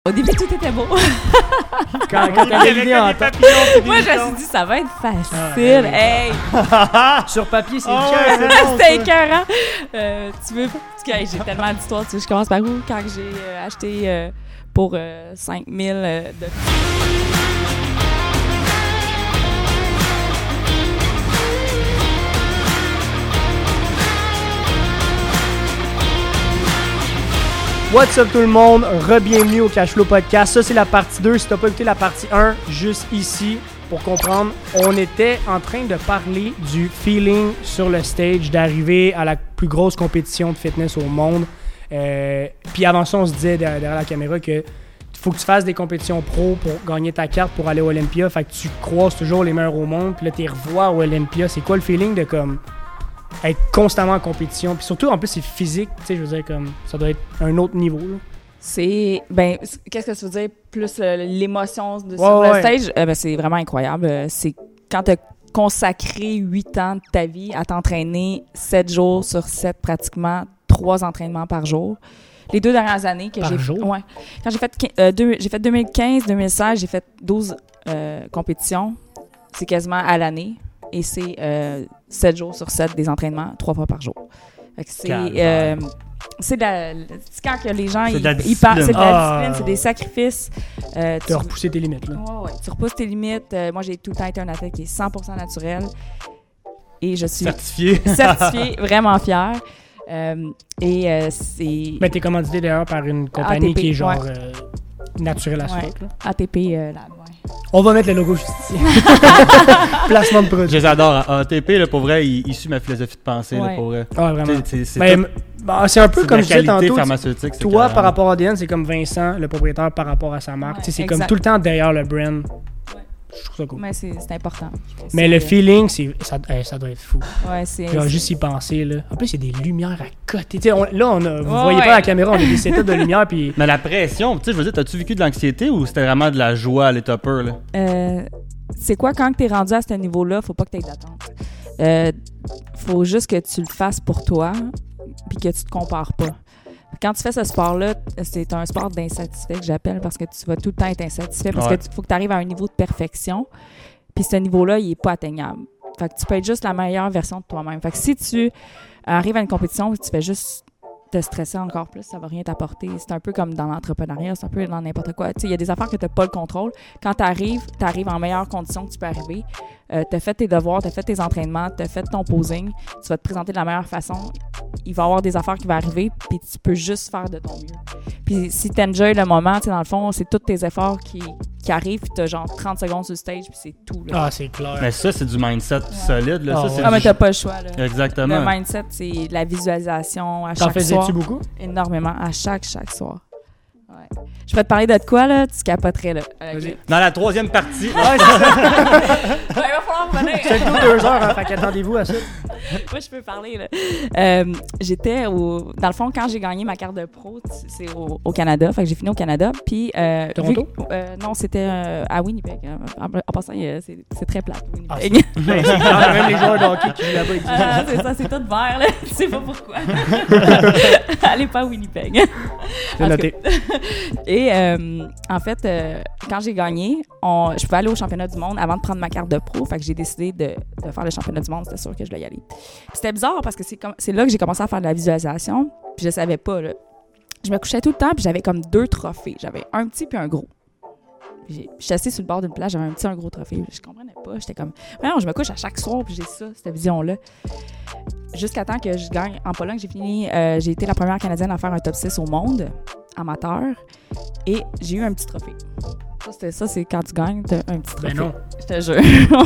Au début, tout était beau. Quand t'avais l'idée en tête. Moi, je me suis dit, ça va être facile. Hey! Sur papier, c'est C'était écœurant. Tu veux... J'ai tellement d'histoires. Tu veux, je commence par où? Quand j'ai acheté pour 5 000 de... What's up tout le monde? Re-bienvenue au Cashflow Podcast. Ça, c'est la partie 2. Si t'as pas écouté la partie 1, juste ici, pour comprendre, on était en train de parler du feeling sur le stage, d'arriver à la plus grosse compétition de fitness au monde. Puis avant ça, on se disait derrière la caméra que faut que tu fasses des compétitions pro pour gagner ta carte pour aller au Olympia. Fait que tu croises toujours les meilleurs au monde. Puis là, t'es revois au Olympia. C'est quoi le feeling de comme... être constamment en compétition, puis surtout en plus c'est physique, tu sais, je veux dire comme ça doit être un autre niveau là. C'est qu'est-ce que ça veut dire plus l'émotion sur le stage, c'est vraiment incroyable. C'est quand tu as consacré 8 ans de ta vie à t'entraîner 7 jours sur 7 pratiquement, 3 entraînements par jour. Les 2 dernières années que par jour? Ouais. Quand j'ai fait 2015, 2016, j'ai fait 12 compétitions. C'est quasiment à l'année. Et c'est 7 jours sur 7 des entraînements, 3 fois par jour. C'est quand que les gens ils parlent, c'est de la discipline, c'est des sacrifices. Tu as repoussé tes limites. Là. Ouais, tu repousses tes limites. Moi, j'ai tout le temps été un athlète qui est 100% naturel. Et je suis certifiée, vraiment fière. C'est... Mais t'es commandité d'ailleurs par une compagnie ATP, qui est genre naturelle à ce ouais. truc. ATP Lab, ouais. On va mettre le logo juste ici. Placement de produit. Je les adore. ATP, là, pour vrai, il suit ma philosophie de pensée. Ouais. Là, pour vrai. Ouais, vraiment. C'est un peu comme je disais tantôt. Pharmaceutique, toi, par rapport à ADN, c'est comme Vincent, le propriétaire, par rapport à sa marque. Ouais, c'est comme tout le temps derrière le brand. Ouais. Je trouve ça cool. Mais c'est important. Mais le feeling, ça doit être fou. Ouais, genre, juste y penser. Là. En plus, il y a des lumières à côté. Vous voyez pas la caméra, on a des setups de lumière. Puis... Mais la pression, tu sais, je veux dire, t'as-tu vécu de l'anxiété ou c'était vraiment de la joie à l'état pur? Là? C'est quoi, quand t'es rendu à ce niveau-là, faut pas que t'aies d'attente. Faut juste que tu le fasses pour toi puis que tu te compares pas. Quand tu fais ce sport-là, c'est un sport d'insatisfait que j'appelle parce que tu vas tout le temps être insatisfait parce que faut que tu arrives à un niveau de perfection. Puis ce niveau-là, il est pas atteignable. Fait que tu peux être juste la meilleure version de toi-même. Fait que si tu arrives à une compétition et tu fais juste te stresser encore plus, ça va rien t'apporter. C'est un peu comme dans l'entrepreneuriat, c'est un peu dans n'importe quoi. Tu sais, il y a des affaires que tu n'as pas le contrôle. Quand tu arrives en meilleures conditions que tu peux arriver. Tu as fait tes devoirs, tu as fait tes entraînements, tu as fait ton posing, tu vas te présenter de la meilleure façon. Il va y avoir des affaires qui vont arriver, puis tu peux juste faire de ton mieux. Puis si tu enjoy le moment, tu sais, dans le fond, c'est tous tes efforts qui arrivent, puis tu as genre 30 secondes sur le stage, puis c'est tout. Là. Ah, c'est clair. Mais ça, c'est du mindset solide. Là. Mais t'as pas le choix. Là. Exactement. Le mindset, c'est la visualisation à chaque soir. T'en faisais-tu beaucoup? Énormément, à chaque soir. Ouais. Je vais te parler de quoi, là? Tu capoterais, là. Vas-y. Dans la 3e partie. Ouais, c'est ça. Il va falloir revenir. C'est tout 2 heures, hein, fait qu'attendez-vous à ça. Moi, je peux parler, là. J'étais dans le fond, quand j'ai gagné ma carte de pro, c'est au Canada. Fait que j'ai fini au Canada. Puis... Toronto? Non, c'était à Winnipeg. En passant, c'est très plate, Winnipeg. C'est clair, même les joueurs de hockey qui jouent là-bas, ils disent. C'est ça, c'est tout vert, là. Tu sais pas pourquoi. Allez pas à Winnipeg. C'est noté. Et en fait, quand j'ai gagné, je pouvais aller au championnat du monde avant de prendre ma carte de pro. Fait que j'ai décidé de faire le championnat du monde. C'était sûr que je voulais y aller. Puis c'était bizarre parce que c'est là que j'ai commencé à faire de la visualisation. Puis je savais pas, là. Je me couchais tout le temps puis j'avais comme 2 trophées. J'avais un petit puis un gros. Je suis assise sur le bord d'une plage, j'avais un petit, un gros trophée. Je comprenais pas. J'étais comme, non, je me couche à chaque soir puis j'ai ça, cette vision-là. Jusqu'à temps que je gagne. En Pologne, j'ai été la première Canadienne à faire un top 6 au monde, amateur. Et j'ai eu un petit trophée. Ça, c'est quand tu gagnes, t'as un petit trophée. Ben non. Je te jure.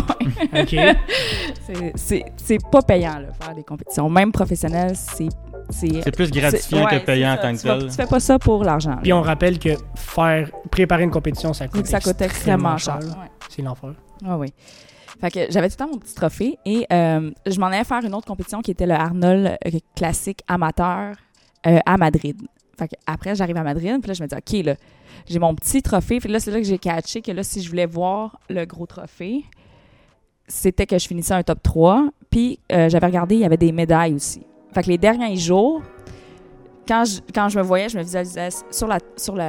OK. C'est pas payant, là, faire des compétitions. Même professionnelles, c'est plus gratifiant que payant en tant que tel. Tu fais pas ça pour l'argent. Puis on rappelle que préparer une compétition, ça coûte extrêmement cher. Ouais. C'est l'enfer. Ah oui. Fait que j'avais tout le temps mon petit trophée et je m'en allais faire une autre compétition qui était le Arnold classique amateur à Madrid. Fait que après, j'arrive à Madrid, puis là, je me dis, OK, là, j'ai mon petit trophée. Puis là, c'est là que j'ai catché que là, si je voulais voir le gros trophée, c'était que je finissais un top 3. Puis j'avais regardé, il y avait des médailles aussi. Fait que les derniers jours, quand je me voyais, je me visualisais sur la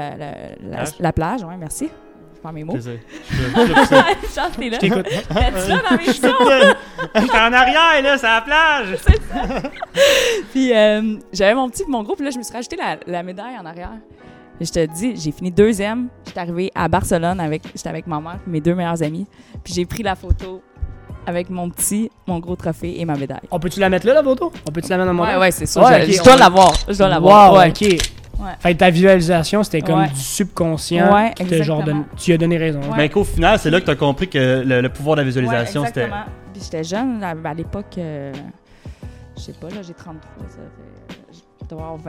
plage. Ouais, merci. Je prends mes mots. Charles, t'es là. Je t'écoute. T'es-tu là dans mes sons? J'étais en arrière, là, c'est la plage! C'est ça. Puis j'avais mon groupe, là, je me suis rajouté la médaille en arrière. Et je te dis, j'ai fini 2e. J'étais arrivée à Barcelone, j'étais avec ma mère et mes 2 meilleurs amis. Puis j'ai pris la photo avec mon gros trophée et ma médaille. On peut-tu la mettre là, la photo? On peut-tu la mettre dans mon Ouais, c'est sûr. Ouais, Je dois l'avoir. Je dois l'avoir. Wow, ouais. OK. Ouais. Fait que ta visualisation, c'était comme Ouais. du subconscient. Ouais, qui t'a genre exactement. tu lui as donné raison. Ouais. Mais qu'au final, c'est là que tu as compris que le pouvoir de la visualisation, Ouais, c'était. exactement. Puis j'étais jeune, à l'époque, je sais pas, là, j'ai 33, ça fait... Je dois avoir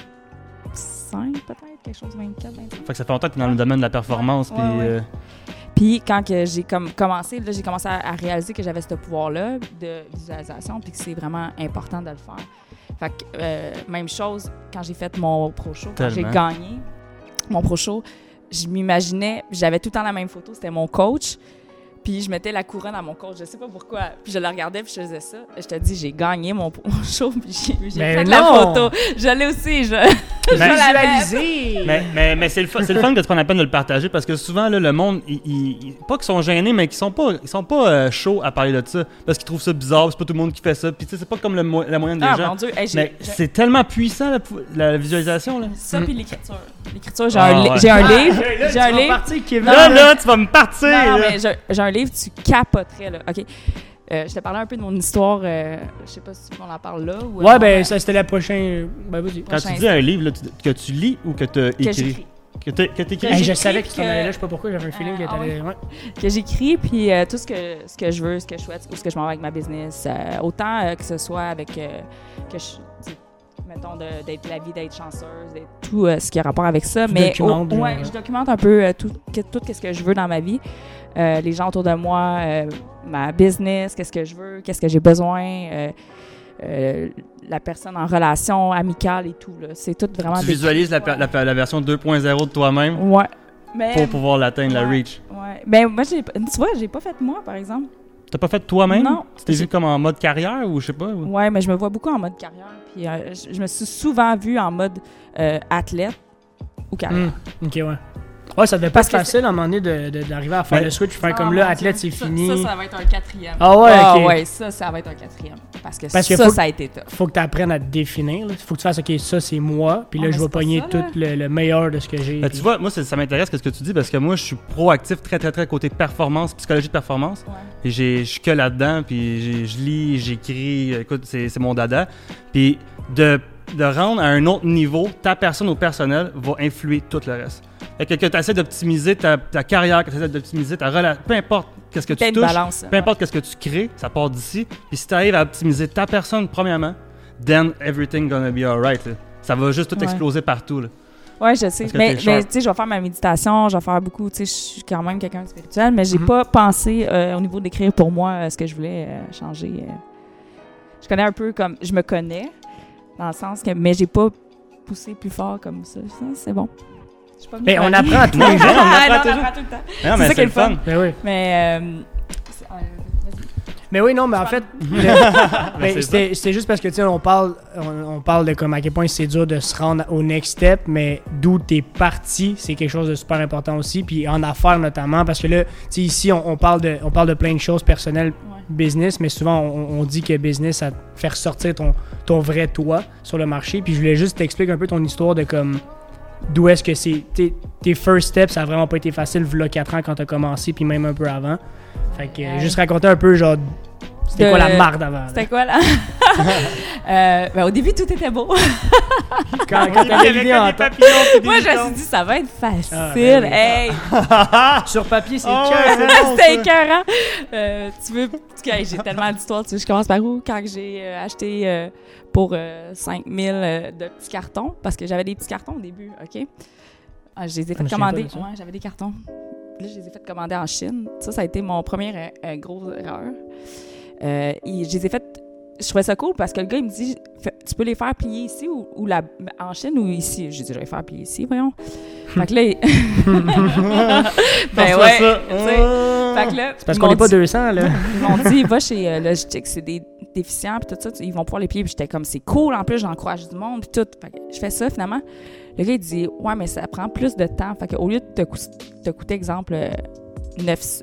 25 peut-être, quelque chose, 24, 25. Fait que ça fait longtemps que tu es dans le domaine de la performance. Ouais, Puis, ouais. Puis quand que j'ai commencé, là, j'ai commencé à réaliser que j'avais ce pouvoir-là de visualisation, puis que c'est vraiment important de le faire. Fait que même chose quand j'ai fait mon pro show, quand j'ai gagné mon pro show, je m'imaginais, j'avais tout le temps la même photo, c'était mon coach. Puis je mettais la couronne à mon coach, je sais pas pourquoi. Puis je le regardais, puis je faisais ça. Je te dis, j'ai gagné mon show, puis j'ai fait la photo. Je l'ai aussi, je visualiser! Mais c'est le fun que tu prends la peine de le partager parce que souvent, là, le monde, pas qu'ils sont gênés, mais qu'ils sont pas chauds à parler de ça parce qu'ils trouvent ça bizarre, c'est pas tout le monde qui fait ça. Puis tu sais, c'est pas comme la moyenne des gens. Mon Dieu, hey, mais c'est tellement puissant, la visualisation. Là. Ça, puis l'écriture. L'écriture, j'ai un livre. J'ai un livre. Là, tu vas me partir! Non, mais j'ai un livre, tu capoterais, là. OK. Je te parlais un peu de mon histoire. Je sais pas si on en parle là. Ou ouais, ben, ça, c'était la prochaine. Ben, vas-y. Quand tu dis un livre, là, que tu lis ou que tu as écrit? Que t'écris? Hey, je savais que tu t'en allais là, je sais pas pourquoi, j'avais un feeling que t'allais. Ouais. Que j'écris, puis tout ce que je veux, ce que je souhaite, où ce que je m'en vais avec ma business. Autant que ce soit avec. Mettons, d'être la vie, d'être chanceuse, d'être tout ce qui a rapport avec ça. Mais je documente un peu tout ce que je veux dans ma vie. Les gens autour de moi, ma business, qu'est-ce que je veux, qu'est-ce que j'ai besoin, la personne en relation amicale et tout. Là. C'est tout vraiment... Tu visualises la version 2.0 de toi-même pour pouvoir l'atteindre, la reach. Ouais. Ben, moi, tu vois, j'ai pas fait moi, par exemple. T'as pas fait toi-même? Non. Tu t'es vu comme en mode carrière ou je sais pas? Ouais, mais je me vois beaucoup en mode carrière. Puis je me suis souvent vue en mode athlète ou carrière. OK, ouais. Ouais, ça devait pas être facile à un moment donné d'arriver à faire le switch, faire comme là, athlète, c'est fini. Ça va être un 4e. Ah ouais, OK. Ouais, ça va être un 4e. Parce que ça a été top. Faut que tu apprennes à te définir. Il faut que tu fasses, OK, ça, c'est moi. Puis là, je vais pogner tout le meilleur de ce que j'ai. Ben, tu vois, moi, ça m'intéresse ce que tu dis parce que moi, je suis proactif très, très, très côté performance, psychologie de performance. Ouais. Et je suis que là-dedans. Puis je lis, j'écris. Écoute, c'est mon dada. Puis de rendre à un autre niveau, ta personne au personnel va influer tout le reste. Fait que tu essaies d'optimiser ta carrière, que tu essaies d'optimiser ta relation, peu importe qu'est-ce que tu touches, balance, peu importe qu'est-ce que tu crées, ça part d'ici. Puis si tu arrives à optimiser ta personne premièrement, then everything gonna be alright. Ça va juste tout exploser partout. Là. Ouais, je sais. Mais tu sais, je vais faire ma méditation, je vais faire beaucoup. Tu sais, je suis quand même quelqu'un de spirituel, mais j'ai pas pensé au niveau d'écrire pour moi ce que je voulais changer. Je connais un peu comme je me connais. Dans le sens que... Mais j'ai pas poussé plus fort comme ça. C'est bon. Mais on apprend tous les jours. On apprend tout le temps. Non, mais c'est le fun. Mais oui. Mais oui, non, mais en fait... c'était juste parce que, tu sais, on parle de comme à quel point c'est dur de se rendre au next step, mais d'où t'es parti, c'est quelque chose de super important aussi. Puis en affaires notamment, parce que là, tu sais, ici, on parle de plein de choses personnelles, business, mais souvent, on dit que business, ça te fait ressortir ton vrai toi sur le marché. Puis je voulais juste t'expliquer un peu ton histoire de comme... D'où est-ce que c'est... Tes first steps, ça a vraiment pas été facile, v'là 4 ans quand t'as commencé, puis même un peu avant. Fait que juste raconter un peu, genre... C'était quoi la marde avant? C'était quoi, là? Au début, tout était beau. quand t'avais l'idée en tête. Moi, je me suis dit, ça va être facile. Hey! Sur papier, c'est C'était écœurant. Tu veux... J'ai tellement d'histoires. Tu veux, je commence par où? Quand j'ai acheté pour 5 000 de petits cartons, parce que j'avais des petits cartons au début, OK? Je les ai fait commander. Ouais, j'avais des cartons. Là, je les ai fait commander en Chine. Ça a été mon premier gros erreur. Je les ai fait. Je trouvais ça cool parce que le gars, il me dit, tu peux les faire plier ici ou en Chine ou ici? Je dis, je vais les faire plier ici, voyons. Fait que là, ben ouais. Fait que là, c'est parce qu'on n'est pas 200, là. Ils m'ont dit, va chez Logistique, c'est des déficients, puis tout ça, ils vont pouvoir les plier. Puis j'étais comme, c'est cool, en plus, j'encourage du monde, puis tout. Fait que je fais ça, finalement. Le gars, il dit, ouais, mais ça prend plus de temps. Fait qu'au lieu de te coûter, exemple, 9,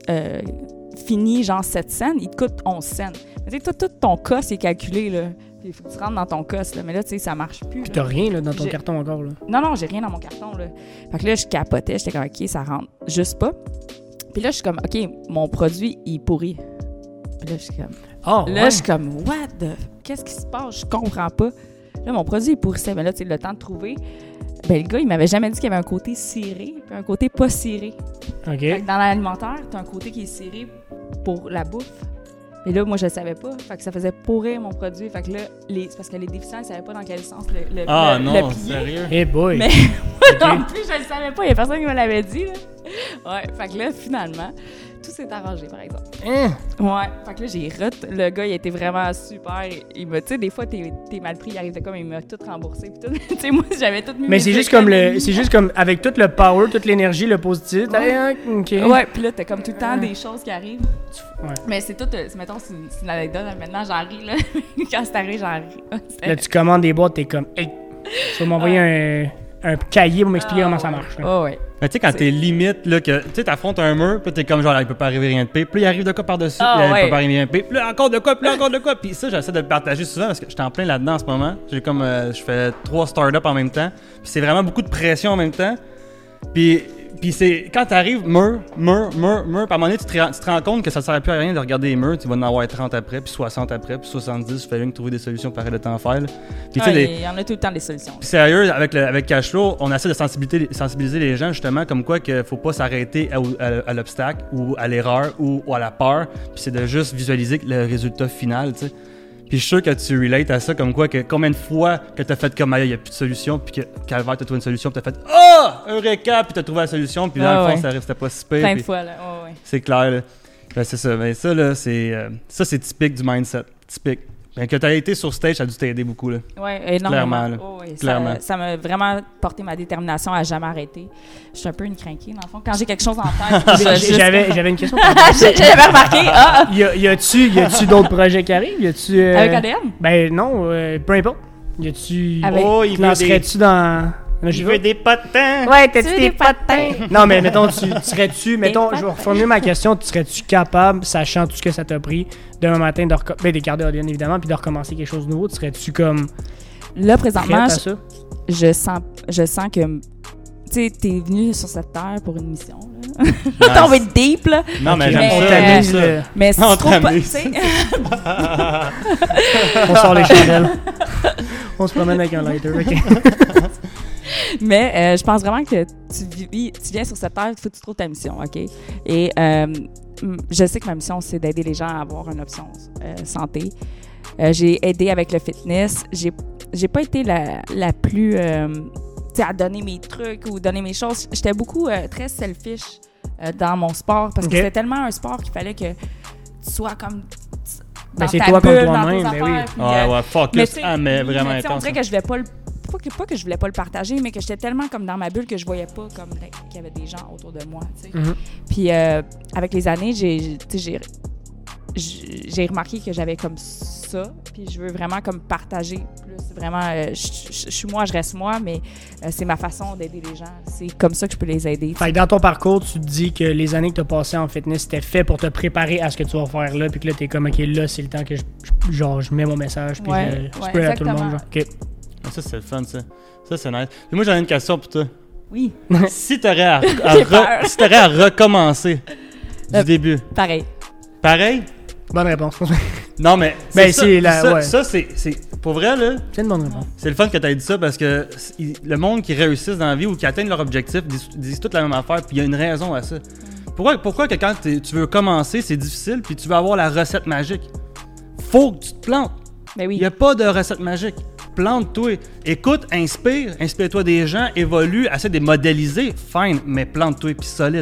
fini, genre 7 cents, il te coûte 11 cents. Mais tu sais, tout ton cost est calculé, là. Puis il faut que tu rentres dans ton cost, là. Mais là, tu sais, ça marche plus. Puis t'as rien, là, dans ton carton encore, là. Non, j'ai rien dans mon carton, là. Fait que là, je capotais. J'étais comme, OK, ça rentre juste pas. Puis là, je suis comme, OK, mon produit, il pourrit. Puis là, je suis comme... je suis comme, what the... Qu'est-ce qui se passe? Je comprends pas. Là, mon produit, il pourrissait. Mais là, tu sais, le temps de trouver... Ben, le gars, il m'avait jamais dit qu'il y avait un côté ciré puis un côté pas ciré. OK. Fait que dans l'alimentaire, t'as un côté qui est ciré pour la bouffe. Et là, moi, je le savais pas. Fait que ça faisait pourrir mon produit. Fait que là, c'est parce que les déficients, ils savaient pas dans quel sens le plier. Sérieux? Hey boy! Mais moi non plus, je le savais pas. Il y a personne qui me l'avait dit, là. Ouais, fait que là, finalement, tout s'est arrangé, par exemple. Ouais, fait que là, le gars, il était vraiment super. Il m'a, tu sais, des fois, t'es mal pris, il arrive de comme, il m'a tout remboursé. Puis tout, tu sais, moi, j'avais tout mis. Mais c'est juste comme avec tout le power, toute l'énergie, le positif. OK. Ouais, puis là, t'as comme tout le temps des choses qui arrivent. Ouais. Mais c'est tout, mettons, c'est une anecdote. Maintenant, j'en ris, là. Quand c'est arrivé, j'en ris. Là, tu commandes des boîtes, t'es comme, hey, tu vas m'envoyer un cahier pour m'expliquer comment ça marche. Oh, ouais. Mais tu sais, quand t'es limite, là, que tu sais, t'affrontes un mur, puis t'es comme genre, il peut pas arriver rien de pire. Puis là, il arrive de quoi par-dessus, il peut pas arriver rien de pire. Puis là, encore de quoi, puis là, encore de quoi. Puis ça, j'essaie de le partager souvent parce que j'étais en plein là-dedans en ce moment. J'ai comme, je fais 3 startups en même temps. Puis c'est vraiment beaucoup de pression en même temps. Puis c'est quand t'arrives mur, puis à un moment donné, tu te rends compte que ça ne sert plus à rien de regarder les murs. Tu vas en avoir 30 après, puis 60 après, puis 70. Il fallait trouver des solutions pour arrêter de t'en faire. Là. Puis il y en a tout le temps des solutions. Puis sérieux, avec Cashflow, on essaie de sensibiliser les gens justement comme quoi qu'il faut pas s'arrêter à l'obstacle ou à l'erreur ou à la peur. Puis c'est de juste visualiser le résultat final, tu sais. Puis je suis sûr que tu relates à ça, comme quoi, que combien de fois que t'as fait comme, il n'y a plus de solution, puis que Calvaire t'as trouvé une solution, puis t'as fait Eureka, puis t'as trouvé la solution, puis dans le fond, ça restait pas si pire. Plein de fois, là. Oh, ouais. C'est clair, là. Ben, c'est ça. Mais ça, là, c'est typique du mindset. Typique. Ben, que t'as été sur stage, ça a dû t'aider beaucoup, là. Oui, énormément. Clairement, là. Oh, oui. Clairement. Ça m'a vraiment porté ma détermination à jamais arrêter. Je suis un peu une crinquée, dans le fond. Quand j'ai quelque chose en tête, j'avais une question. J'avais remarqué. Y a-tu d'autres projets qui arrivent? Avec ADM? Ben non, peu importe. Y a-tu... Avec... lancerais-tu dans... Je veux des potins! Ouais, t'as-tu des potins? Non, mais mettons, mettons, je vais reformuler ma question, serais-tu capable, sachant tout ce que ça t'a pris, demain matin, d'écarter ADN évidemment, puis de recommencer quelque chose de nouveau, serais-tu comme... Là, présentement, prête à ça? je sens que, tu sais, t'es venu sur cette terre pour une mission, là. T'as envie de deep, là. Non, mais on j'aime ça. Mais c'est trop pas, tu sais. On sort les chandelles. On se promène avec un lighter, OK. Mais je pense vraiment que tu viens sur cette terre, il faut que tu trouves ta mission, OK? Et je sais que ma mission, c'est d'aider les gens à avoir une option santé. J'ai aidé avec le fitness. J'ai pas été la plus... tu sais, à donner mes trucs ou donner mes choses. J'étais beaucoup très selfish dans mon sport parce que c'était tellement un sport qu'il fallait que tu sois comme... Ben, c'est toi comme toi-même, ben oui. Ouais, focus, mais vraiment intense. On dirait que je vais pas pas que je voulais pas le partager, mais que j'étais tellement comme dans ma bulle que je voyais pas comme qu'il y avait des gens autour de moi, tu sais. Mm-hmm. Puis avec les années, j'ai remarqué que j'avais comme ça, puis je veux vraiment comme partager plus. Vraiment, je suis moi, je reste moi, mais c'est ma façon d'aider les gens. C'est comme ça que je peux les aider. Fait que dans ton parcours, tu te dis que les années que tu as passées en fitness, c'était fait pour te préparer à ce que tu vas faire là, puis que là, t'es comme, OK, là, c'est le temps que je mets mon message, puis je peux à tout le monde. Genre, OK. Ça, c'est le fun, ça. Ça, c'est nice. Puis moi, j'en ai une question pour toi. Oui. Si t'aurais à recommencer du début. Pareil. Pareil? Bonne réponse. Non, mais ça, c'est pour vrai, là. C'est une bonne réponse. C'est le fun que tu aies dit ça parce que le monde qui réussissent dans la vie ou qui atteignent leur objectif disent toute la même affaire, puis il y a une raison à ça. Pourquoi que quand tu veux commencer, c'est difficile, puis tu veux avoir la recette magique? Faut que tu te plantes. Ben oui. Il n'y a pas de recette magique. Plante-toi. Écoute, inspire-toi des gens, évolue, essaie de les modéliser, fine, mais plante-toi puis solide.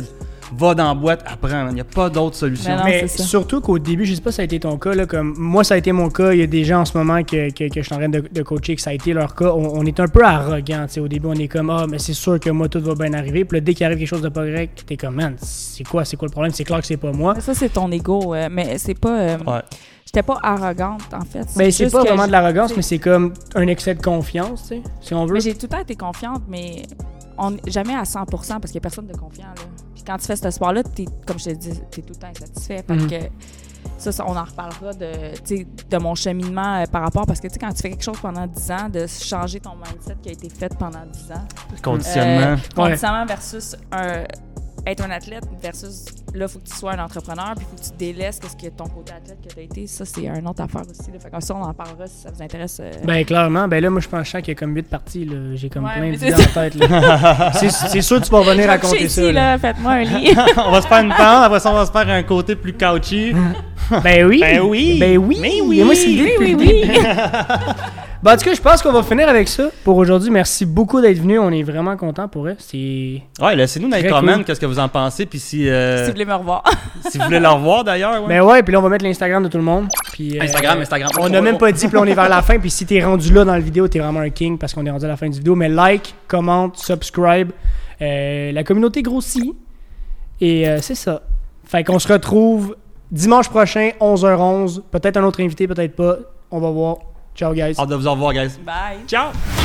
va dans la boîte, apprends. Il n'y a pas d'autre solution. Non, Mais c'est ça. surtout qu'au début, je sais pas si ça a été ton cas, là, comme moi, ça a été mon cas. Il y a des gens en ce moment que je suis en train de coacher, que ça a été leur cas. On est un peu arrogant. Au début, on est comme, mais c'est sûr que moi, tout va bien arriver. Puis là, dès qu'il arrive quelque chose de pas correct, t'es comme, man, c'est quoi le problème? C'est clair que c'est pas moi. Ça, c'est ton ego. Mais c'est pas. Ouais. J'étais pas arrogante, en fait. Mais c'est juste pas que vraiment de l'arrogance, t'sais, mais c'est comme un excès de confiance, tu sais, si on veut. Mais j'ai tout le temps été confiante, mais jamais à 100% parce qu'il n'y a personne de confiant. Là. Puis quand tu fais ce sport-là, comme je te dis, tu es tout le temps insatisfait. Fait que ça, on en reparlera de mon cheminement par rapport. Parce que quand tu fais quelque chose pendant 10 ans, de changer ton mindset qui a été fait pendant 10 ans. Conditionnement. Conditionnement versus être un athlète versus là, il faut que tu sois un entrepreneur, puis il faut que tu délaisses ce que ton côté athlète que tu as été. Ça, c'est une autre affaire aussi. Là. Fait que ça, on en parlera si ça vous intéresse. Ben, clairement. Ben là, moi, je pense qu'il y a comme 8 parties. Là. J'ai comme Ouais, plein mais d'idées c'est en tête. Là. c'est sûr que tu vas revenir raconter ça. Ici, Là. faites-moi un lit. On va se faire une pente, après ça, on va se faire un côté plus couchy. Ben oui. Ben oui. Ben oui. Mais oui. Et moi, c'est l'idée depuis le début. Ben, en tout cas, je pense qu'on va finir avec ça pour aujourd'hui. Merci beaucoup d'être venu. On est vraiment contents pour eux. C'est... Ouais, laissez-nous dans les Très comments cool. qu'est-ce que vous en pensez. Puis si Si vous voulez me revoir. si vous voulez le revoir d'ailleurs. Ouais. Ben ouais, puis là, on va mettre l'Instagram de tout le monde. Puis, Instagram. On n'a même pas dit, puis là, on est vers la fin. Puis si t'es rendu là dans la vidéo, t'es vraiment un king parce qu'on est rendu à la fin du vidéo. Mais like, commente, subscribe. La communauté grossit. Et c'est ça. Fait qu'on se retrouve dimanche prochain, 11h11. Peut-être un autre invité, peut-être pas. On va voir. Ciao, guys. Hâte de vous en revoir, guys. Bye. Ciao!